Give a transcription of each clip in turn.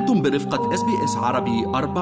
أنتم برفقة SBS عربي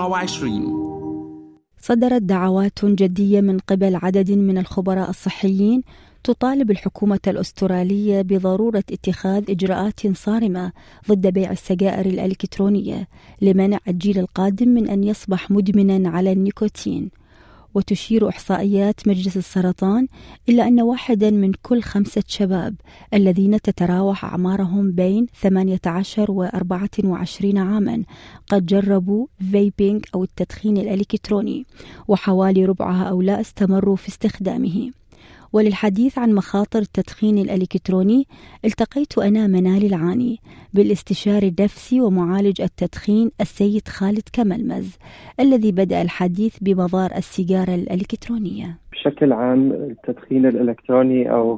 24. صدرت دعوات جدية من قبل عدد من الخبراء الصحيين تطالب الحكومة الأسترالية بضرورة اتخاذ إجراءات صارمة ضد بيع السجائر الإلكترونية لمنع الجيل القادم من أن يصبح مدمنا على النيكوتين. وتشير إحصائيات مجلس السرطان إلى أن 1 من كل 5 شباب الذين تتراوح أعمارهم بين 18 و 24 عاما قد جربوا فيبينج أو التدخين الإلكتروني، وحوالي ربع هؤلاء استمروا في استخدامه. وللحديث عن مخاطر التدخين الإلكتروني التقيت أنا منال العاني بالاستشاري النفسي ومعالج التدخين السيد خالد كملمز الذي بدأ الحديث بمضار السيجارة الإلكترونية. بشكل عام التدخين الإلكتروني أو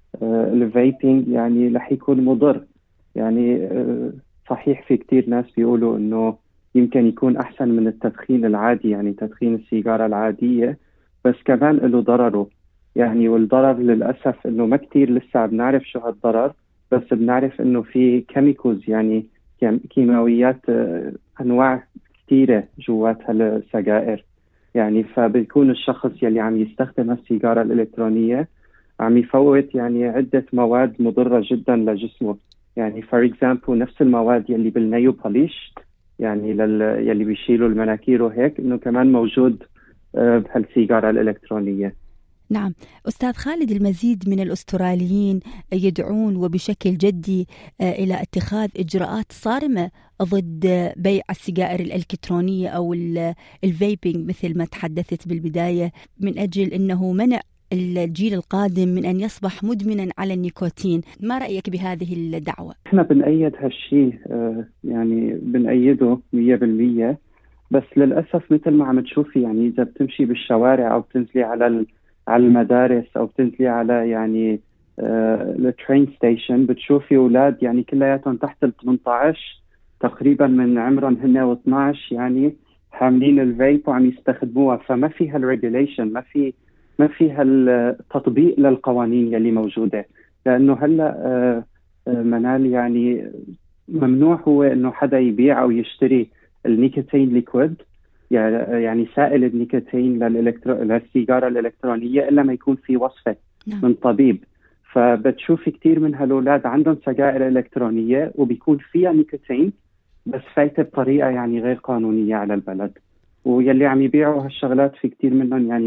الفيبينج يعني رح يكون مضر. يعني صحيح في كتير ناس بيقولوا إنه يمكن يكون أحسن من التدخين العادي، يعني تدخين السيجارة العادية، بس كمان له ضرره. يعني والضرر للأسف إنه ما كتير لسه بنعرف شو هالضرر، بس بنعرف إنه في كيميكوز، يعني كيماويات أنواع كتيرة جوات هالسجائر. يعني فبيكون الشخص يلي عم يستخدم السيجارة الإلكترونية عم يفوت يعني عدة مواد مضرة جدا لجسمه. يعني for example نفس المواد يلي بالنيو بوليش، يعني يلي بيشيلوا المناكير وهيك، إنه كمان موجود بهالسيجارة الإلكترونية. نعم أستاذ خالد، المزيد من الأستراليين يدعون وبشكل جدي إلى اتخاذ إجراءات صارمة ضد بيع السجائر الإلكترونية أو الفيبينج مثل ما تحدثت بالبداية، من أجل أنه منع الجيل القادم من أن يصبح مدمنا على النيكوتين. ما رأيك بهذه الدعوة؟ احنا بنأيد هالشيء، يعني بنأيده 100%، بس للأسف مثل ما عم تشوفي، يعني إذا بتمشي بالشوارع أو بتنزلي على المدارس أو بتنزلي على يعني الترين ستيشن، بتشوفي أولاد يعني كلياتهم تحت 18 تقريبا، من عمرهم هن و12، يعني حاملين الفيب وعم يستخدموها. فما في هالريجوليشن، ما في هالتطبيق للقوانين يلي موجودة، لأنه هلا منال يعني ممنوع هو إنه حدا يبيع أو يشتري النيكوتين ليكويد، يعني سائل النيكوتين للسيجارة الإلكترونية، إلا ما يكون في وصفة من طبيب. فبتشوفي كتير من هالولاد عندهم سجائر إلكترونية وبيكون فيها نيكوتين، بس فايتة بطريقة يعني غير قانونية على البلد. ويلي عم يبيعوا هالشغلات في كتير منهم يعني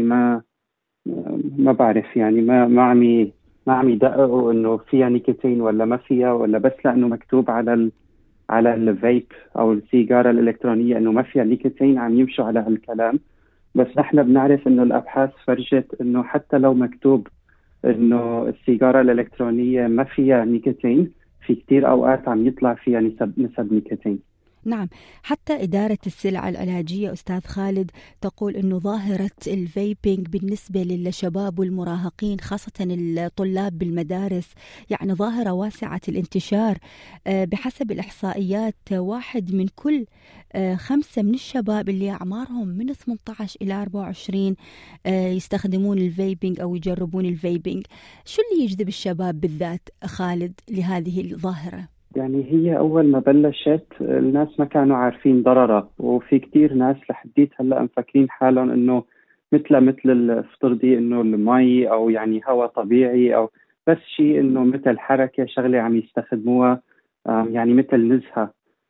ما بعرف، يعني ما عم يدققوا إنه فيها نيكوتين ولا ما فيها، ولا بس لأنه مكتوب على الفيب أو السيجارة الإلكترونية إنه ما فيها نيكوتين عم يمشوا على هالكلام. بس نحن بنعرف إنه الأبحاث فرجت إنه حتى لو مكتوب إنه السيجارة الإلكترونية ما فيها نيكوتين، في كتير أوقات عم يطلع فيها نسب نيكوتين. نعم، حتى إدارة السلع العلاجية أستاذ خالد تقول أنه ظاهرة الفيبينج بالنسبة للشباب والمراهقين خاصة الطلاب بالمدارس يعني ظاهرة واسعة الانتشار. بحسب الإحصائيات 1 من كل 5 من الشباب اللي أعمارهم من 18 إلى 24 يستخدمون الفيبينج أو يجربون الفيبينج. شو اللي يجذب الشباب بالذات خالد لهذه الظاهرة؟ يعني هي أول ما بلشت الناس ما كانوا عارفين ضررها، وفي كتير ناس لحديت هلأ مفكرين حالهم إنه مثل افترضي إنه المي أو يعني هواء طبيعي، أو بس شيء إنه مثل حركة شغلة عم يستخدموها، يعني مثل نزهة.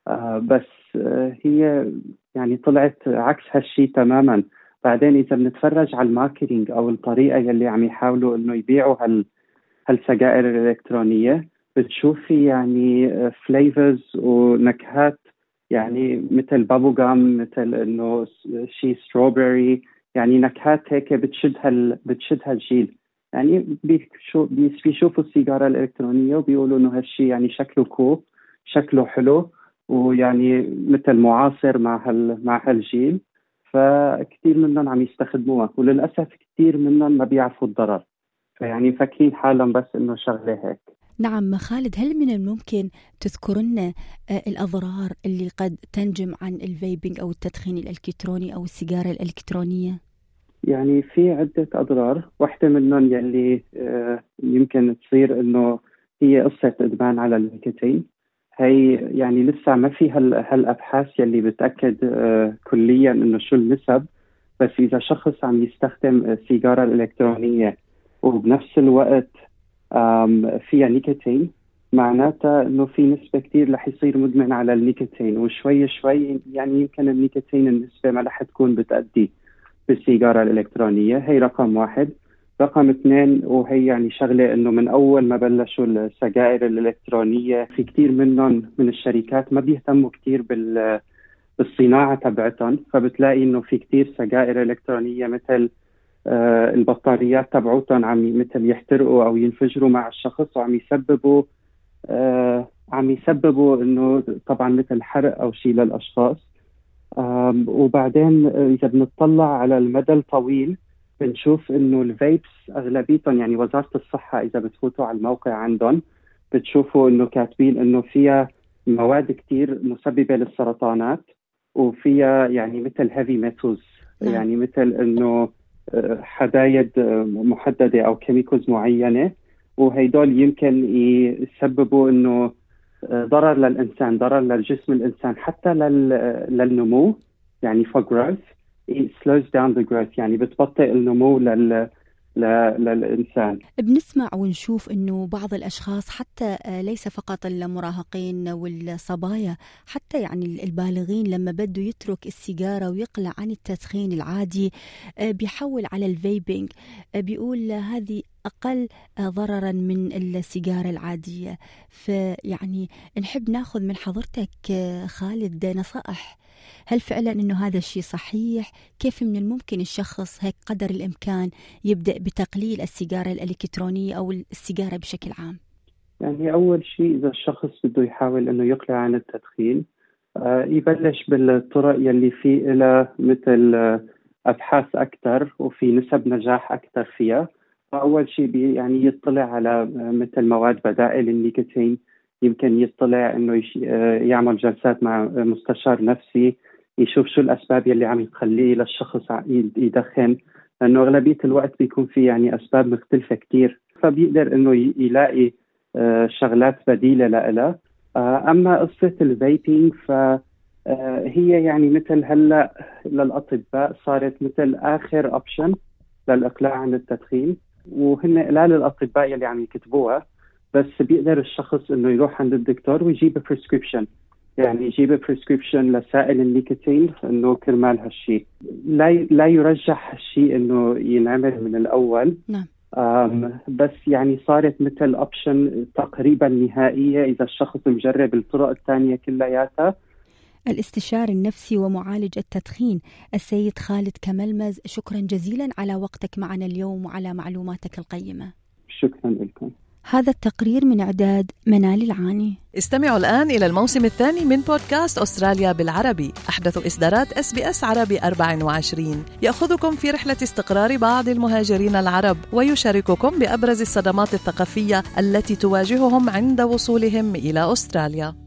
بس هي يعني طلعت عكس هالشيء تماما. بعدين إذا بنتفرج على الماركتينج أو الطريقة يلي عم يحاولوا إنه يبيعوا هالسجائر الإلكترونية، بتشوفي يعني فليفرز ونكهات، يعني مثل بابو جام، مثل انه شي ستروبري، يعني نكهات هيك بتشد هالجيل. يعني بيشوفوا السيجارة الإلكترونية وبيقولوا انه هالشي يعني شكله كول، شكله حلو، ويعني مثل معاصر مع هالجيل. فكتير منهم عم يستخدموها، وللأسف كتير منهم ما بيعرفوا الضرر، فيعني فاكرين حالهم بس انه شغلة هيك. نعم خالد، هل من الممكن تذكرنا الأضرار اللي قد تنجم عن الفيبينج أو التدخين الإلكتروني أو السيجارة الإلكترونية؟ يعني في عدة أضرار، واحدة منهم يلي يمكن تصير إنه هي قصة إدمان على النيكوتين. هي يعني لسه ما في هالأبحاث يلي بتأكد كليا إنه شو النسب. بس إذا شخص عم يستخدم السيجارة الإلكترونية وبنفس الوقت فيها نيكوتين، معناتها إنه في نسبة كتير رح يصير مدمن على النيكوتين، وشوي شوي يعني يمكن النيكوتين النسبة ما رح تكون بتأدي بالسيجارة الإلكترونية. هي رقم واحد. رقم اثنين، وهي يعني شغلة إنه من أول ما بلشوا السجائر الإلكترونية في كتير منهم من الشركات ما بيهتموا كتير بالصناعة تبعتهم، فبتلاقي إنه في كتير سجائر إلكترونية مثل البطاريات تبعوتهم عم مثل يحترقوا أو ينفجروا مع الشخص، وعم يسببوا إنه طبعا مثل حرق أو شيء للأشخاص. وبعدين إذا بنطلع على المدى الطويل بنشوف إنه الفيبس أغلبيتهم، يعني وزارة الصحة إذا بتفوتوا على الموقع عندهم بتشوفوا إنه كاتبين إنه فيها مواد كتير مسببة للسرطانات، وفيها يعني مثل هيفي ميتالز، يعني مثل إنه حدايد محددة أو كيميكالز معينة، وهيدول يمكن يسببوا إنه ضرر للإنسان، ضرر للجسم الإنسان، حتى للنمو، يعني for growth it slows down the growth، يعني بتبطئ النمو للإنسان. بنسمع ونشوف إنه بعض الأشخاص حتى ليس فقط المراهقين والصبايا، حتى يعني البالغين لما بده يترك السيجارة ويقلع عن التدخين العادي بيحول على الفيبينج، بيقول هذه أقل ضرراً من السيجارة العادية. فيعني نحب ناخذ من حضرتك خالد نصائح، هل فعلا إنه هذا الشيء صحيح؟ كيف من الممكن الشخص هيك قدر الإمكان يبدأ بتقليل السيجارة الإلكترونية أو السيجارة بشكل عام؟ يعني أول شيء إذا الشخص بده يحاول إنه يقلع عن التدخين يبلش بالطرق يلي فيه إلى مثل أبحاث أكثر وفي نسب نجاح أكثر فيها. أول شيء يعني يطلع على مثل مواد بدائل النيكوتين، يمكن يطلع إنه يعمل جلسات مع مستشار نفسي يشوف شو الأسباب يلي عم تخليه للشخص يدخن، لأنه أغلبية الوقت بيكون في يعني أسباب مختلفة كتير، فبيقدر إنه يلاقي شغلات بديلة لها. أما قصة الفيبينج فهي يعني مثل هلأ للأطباء صارت مثل آخر أوبشن للإقلاع عن التدخين، وهن قلال الأطباء يلي عم يكتبوها، بس بيقدر الشخص إنه يروح عند الدكتور ويجيب بريسكريبشن، يعني يجيب بريسكريبشن لسائل النيكوتين إنه كرمال هالشيء. لا يرجح هالشيء إنه ينعمل من الأول. نعم. بس يعني صارت مثل أوبشن تقريبا نهائية إذا الشخص مجرب الطرق الثانية كلياتها. الاستشاري النفسي ومعالج التدخين السيد خالد كملمز، شكرا جزيلا على وقتك معنا اليوم وعلى معلوماتك القيمة. شكرا لكم. هذا التقرير من إعداد منال العاني. استمعوا الآن إلى الموسم الثاني من بودكاست أستراليا بالعربي، أحدث إصدارات SBS عربي 24، يأخذكم في رحلة استقرار بعض المهاجرين العرب ويشارككم بأبرز الصدمات الثقافية التي تواجههم عند وصولهم إلى أستراليا.